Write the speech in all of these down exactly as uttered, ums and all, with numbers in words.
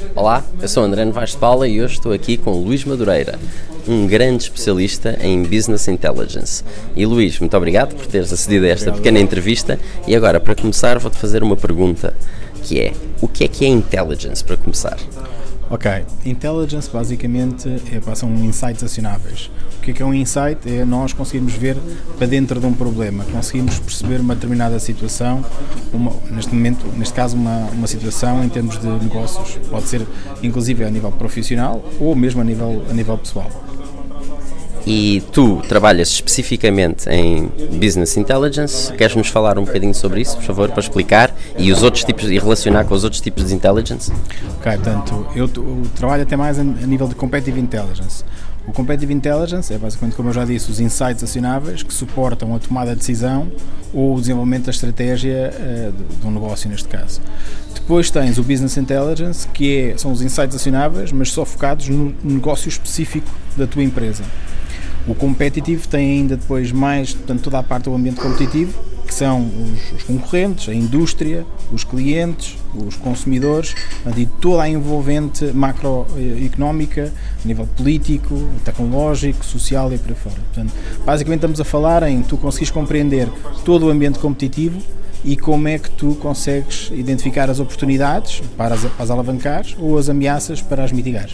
Olá, eu sou André Novaes de Paula e hoje estou aqui com Luís Madureira, um grande especialista em Business Intelligence. E Luís, muito obrigado por teres acedido a esta pequena entrevista. E agora, para começar, vou-te fazer uma pergunta, que é, o que é que é Intelligence, para começar? Ok, Intelligence basicamente é, são insights acionáveis. O que é que é um insight? É nós conseguirmos ver para dentro de um problema, conseguimos perceber uma determinada situação, uma, neste momento, neste caso uma, uma situação em termos de negócios, pode ser inclusive a nível profissional ou mesmo a nível, a nível pessoal. E tu trabalhas especificamente em Business Intelligence, queres-nos falar um bocadinho sobre isso, por favor, para explicar e os outros tipos, e relacionar com os outros tipos de Intelligence? Ok, portanto, eu, eu trabalho até mais a, a nível de Competitive Intelligence. O Competitive Intelligence é basicamente, como eu já disse, os insights acionáveis que suportam a tomada de decisão ou o desenvolvimento da estratégia uh, de, de um negócio, neste caso. Depois tens o Business Intelligence, que é, são os insights acionáveis, mas só focados no negócio específico da tua empresa. O Competitive tem ainda depois mais, portanto, toda a parte do ambiente competitivo, que são os, os concorrentes, a indústria, os clientes, os consumidores, portanto, e toda a envolvente macroeconómica, a nível político, tecnológico, social e por aí fora. Portanto, basicamente estamos a falar em tu conseguires compreender todo o ambiente competitivo e como é que tu consegues identificar as oportunidades para as, para as alavancares ou as ameaças para as mitigares.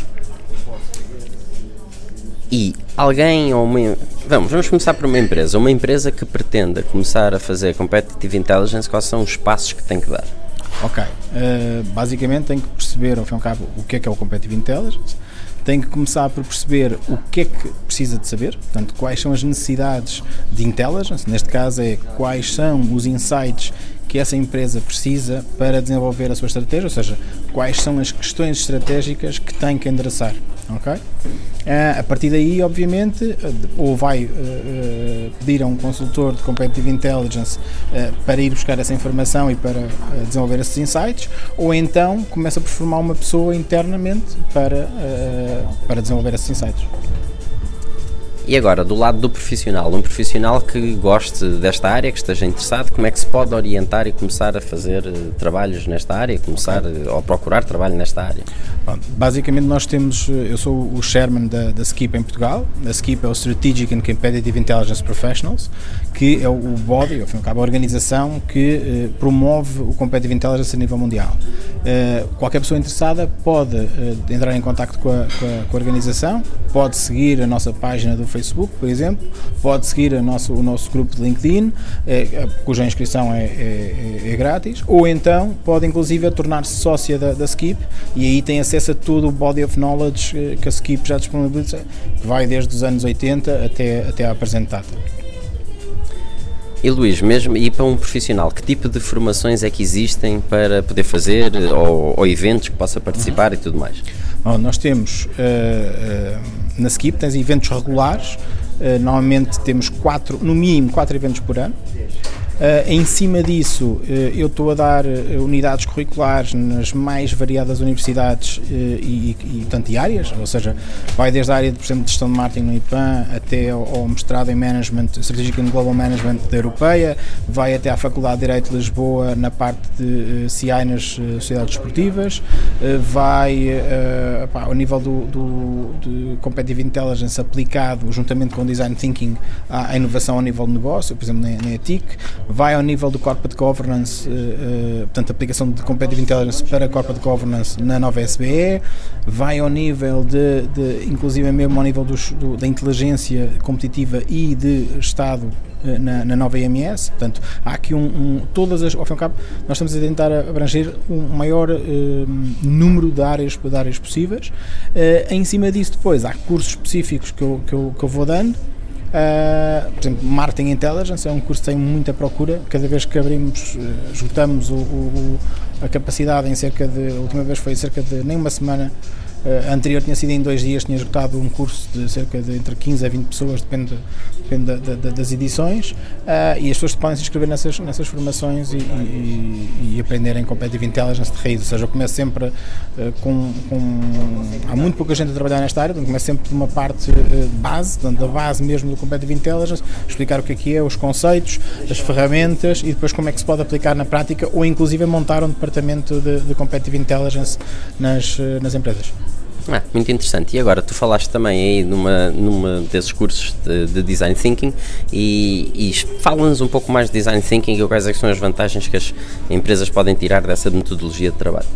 E alguém ou uma... Vamos, vamos começar por uma empresa. Uma empresa que pretenda começar a fazer Competitive Intelligence, quais são os passos que tem que dar? Ok, uh, basicamente tem que perceber, ao fim e ao cabo, o que é que é o Competitive Intelligence, tem que começar por perceber o que é que precisa de saber, portanto, quais são as necessidades de Intelligence, neste caso é quais são os insights que essa empresa precisa para desenvolver a sua estratégia, ou seja, quais são as questões estratégicas que tem que endereçar, ok? Uh, a partir daí, obviamente, uh, ou vai uh, uh, pedir a um consultor de Competitive Intelligence uh, para ir buscar essa informação e para uh, desenvolver esses insights, ou então começa por formar uma pessoa internamente para, uh, para desenvolver esses insights. E agora, do lado do profissional, um profissional que goste desta área, que esteja interessado, como é que se pode orientar e começar a fazer uh, trabalhos nesta área, começar okay. uh, ou procurar trabalho nesta área? Bom, basicamente nós temos, eu sou o chairman da, da SKIP em Portugal. A SKIP é o Strategic and Competitive Intelligence Professionals, que é o body, ao fim e ao cabo, a organização que uh, promove o Competitive Intelligence a nível mundial. Uh, qualquer pessoa interessada pode uh, entrar em contacto com a, com, a, com a organização, pode seguir a nossa página do Facebook, por exemplo, pode seguir a nosso, o nosso grupo de LinkedIn, eh, cuja inscrição é, é, é grátis, ou então pode inclusive tornar-se sócia da, da SKIP e aí tem acesso a todo o body of knowledge eh, que a SKIP já disponibiliza, que vai desde os anos oitenta até, até à presente data. E Luís, mesmo e para um profissional, que tipo de formações é que existem para poder fazer, ou, ou eventos que possa participar uhum. e tudo mais? Bom, nós temos, uh, uh, na SKIP, tens eventos regulares, uh, normalmente temos quatro, no mínimo quatro eventos por ano. Uh, em cima disso, uh, eu estou a dar uh, unidades curriculares nas mais variadas universidades uh, e, e, portanto, e áreas, ou seja, vai desde a área, de, por exemplo, de gestão de marketing no I P A M até ao, ao mestrado em Management, Strategic and Global Management da Europeia, vai até à Faculdade de Direito de Lisboa na parte de uh, C I nas uh, sociedades desportivas, uh, vai uh, pá, ao nível do, do de Competitive Intelligence aplicado juntamente com Design Thinking à, à inovação ao nível de negócio, por exemplo, na, na E T I C, vai ao nível do Corporate Governance, uh, uh, portanto, aplicação de Competitive Intelligence para Corporate Governance na nova S B E, vai ao nível de, de inclusive mesmo ao nível dos, do, da inteligência competitiva e de Estado uh, na, na nova I M S, portanto, há aqui um, um todas as, ao fim e ao cabo, nós estamos a tentar abranger um maior uh, número de áreas, de áreas possíveis. Uh, em cima disso depois há cursos específicos que eu, que eu, que eu vou dando. Uh, por exemplo, Marketing Intelligence é um curso que tem muita procura, cada vez que abrimos, uh, juntamos o, o, a capacidade em cerca de, a última vez foi cerca de nem uma semana, uh, anterior tinha sido em dois dias, tinha esgotado um curso de cerca de entre quinze a vinte pessoas, depende, depende da, da, das edições, uh, e as pessoas podem se inscrever nessas, nessas formações e, e, e aprenderem Competitive Intelligence de raiz. Ou seja, eu começo sempre uh, com, com... Há muito pouca gente a trabalhar nesta área, então começo sempre de uma parte uh, base, portanto, da base mesmo do Competitive Intelligence, explicar o que é que é, os conceitos, as ferramentas e depois como é que se pode aplicar na prática ou inclusive montar um departamento de, de Competitive Intelligence nas, nas empresas. Ah, muito interessante. E agora, tu falaste também aí numa, numa desses cursos de, de Design Thinking e, e fala-nos um pouco mais de Design Thinking e quais é que são as vantagens que as empresas podem tirar dessa metodologia de trabalho.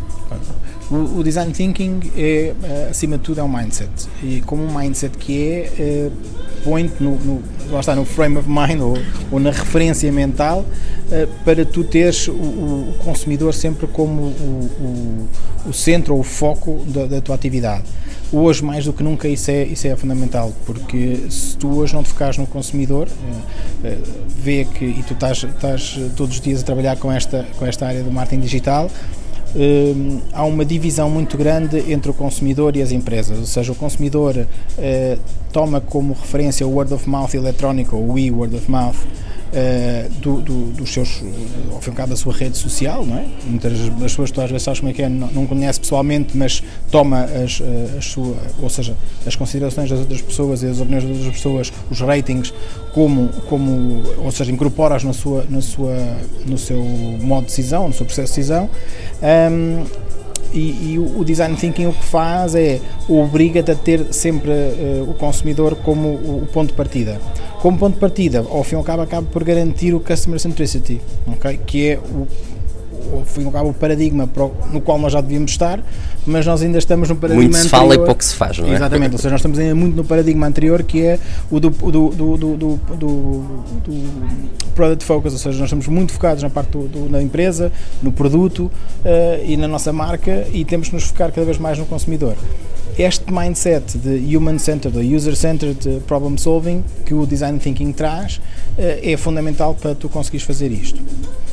O, o Design Thinking é, acima de tudo, é um mindset. E como um mindset que é, é põe-te no, no, lá está, no frame of mind ou, ou na referência mental uh, para tu teres o, o consumidor sempre como o, o, o centro ou o foco da, da tua atividade. Hoje, mais do que nunca, isso é, isso é fundamental, porque se tu hoje não te focares no consumidor, uh, uh, vê que, e tu estás, estás todos os dias a trabalhar com esta, com esta área do marketing digital, Uh, há uma divisão muito grande entre o consumidor e as empresas, ou seja, o consumidor uh, toma como referência o word of mouth eletrónico, ou o e-word of mouth, uh, do, do, dos seus, ao fim e ao cabo da sua rede social, não é? Muitas das pessoas, tu às vezes sabes como é que é, não, não conhece pessoalmente, mas toma as, as sua, ou seja, as considerações das outras pessoas e as opiniões das outras pessoas, os ratings, como, como ou seja, incorpora-as na sua, na sua, no seu modo de decisão, no seu processo de decisão. Um, e, e o Design Thinking o que faz é obriga-te a ter sempre uh, o consumidor como o, o ponto de partida. Como ponto de partida, ao fim e ao cabo, acaba por garantir o Customer Centricity, okay? Que é o, ao fim e ao cabo o paradigma o, no qual nós já devíamos estar, mas nós ainda estamos no paradigma muito se anterior. Muito se fala e pouco se faz, não é? Exatamente, ou seja, nós estamos ainda muito no paradigma anterior, que é o do, do, do, do, do, do, do product focus, ou seja, nós estamos muito focados na parte do, do, da empresa, no produto uh, e na nossa marca, e temos que nos focar cada vez mais no consumidor. Este mindset de human-centered, ou user-centered problem solving que o Design Thinking traz uh, é fundamental para tu conseguires fazer isto.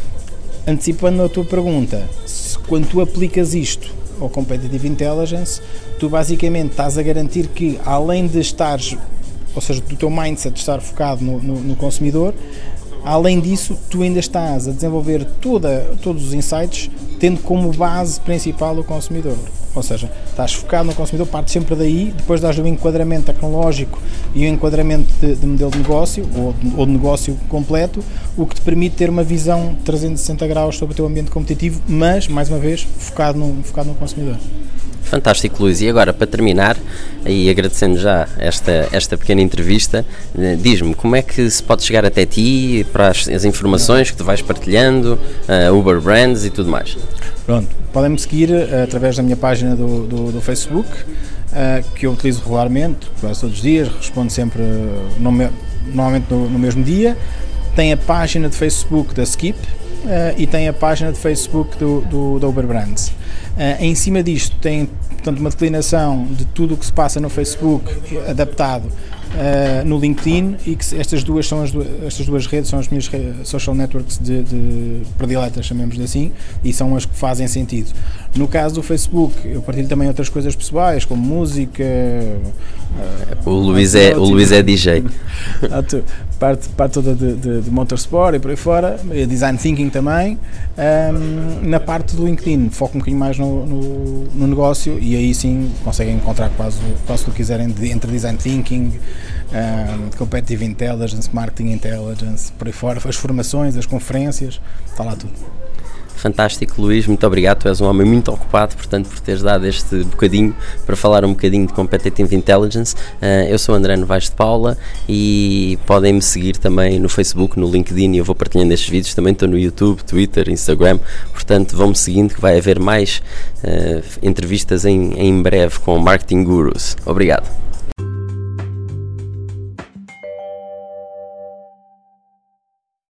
Antecipando a tua pergunta, se, quando tu aplicas isto ao Competitive Intelligence, tu basicamente estás a garantir que, além de estares, ou seja, do teu mindset estar focado no, no, no consumidor, além disso, tu ainda estás a desenvolver toda, todos os insights tendo como base principal o consumidor. Ou seja, estás focado no consumidor, partes sempre daí, depois dás o enquadramento tecnológico e o enquadramento de, de modelo de negócio, ou, ou de negócio completo, o que te permite ter uma visão trezentos e sessenta graus sobre o teu ambiente competitivo, mas, mais uma vez, focado no, focado no consumidor. Fantástico, Luís. E agora, para terminar, e agradecendo já esta, esta pequena entrevista, diz-me como é que se pode chegar até ti, para as, as informações que tu vais partilhando, uh, Uber Brands e tudo mais. Pronto, podem-me seguir uh, através da minha página do, do, do Facebook, uh, que eu utilizo regularmente, quase todos os dias, respondo sempre uh, no me, normalmente no, no mesmo dia. Tem a página de Facebook da Skip uh, e tem a página de Facebook do, do, do Uber Brands. Uh, em cima disto tem, portanto, uma declinação de tudo o que se passa no Facebook adaptado uh, no LinkedIn, e que estas duas, são as duas, estas duas redes são as minhas social networks de, de prediletas, chamemos-lhe assim, e são as que fazem sentido. No caso do Facebook, eu partilho também outras coisas pessoais, como música. Uh, o, Luís é, o Luís é D J. parte, parte toda de, de, de motorsport e por aí fora, design thinking também. Um, na parte do LinkedIn, foco um bocadinho mais no, no, no negócio, e aí sim conseguem encontrar quase, quase o que quiserem de, entre design thinking, um, competitive intelligence, marketing intelligence, por aí fora, as formações, as conferências, está lá tudo. Fantástico, Luís, muito obrigado, tu és um homem muito ocupado, portanto, por teres dado este bocadinho para falar um bocadinho de Competitive Intelligence. Uh, eu sou André Novaes de Paula e podem-me seguir também no Facebook, no LinkedIn, e eu vou partilhando estes vídeos, também estou no YouTube, Twitter, Instagram, portanto, vão-me seguindo que vai haver mais uh, entrevistas em, em breve com Marketing Gurus. Obrigado.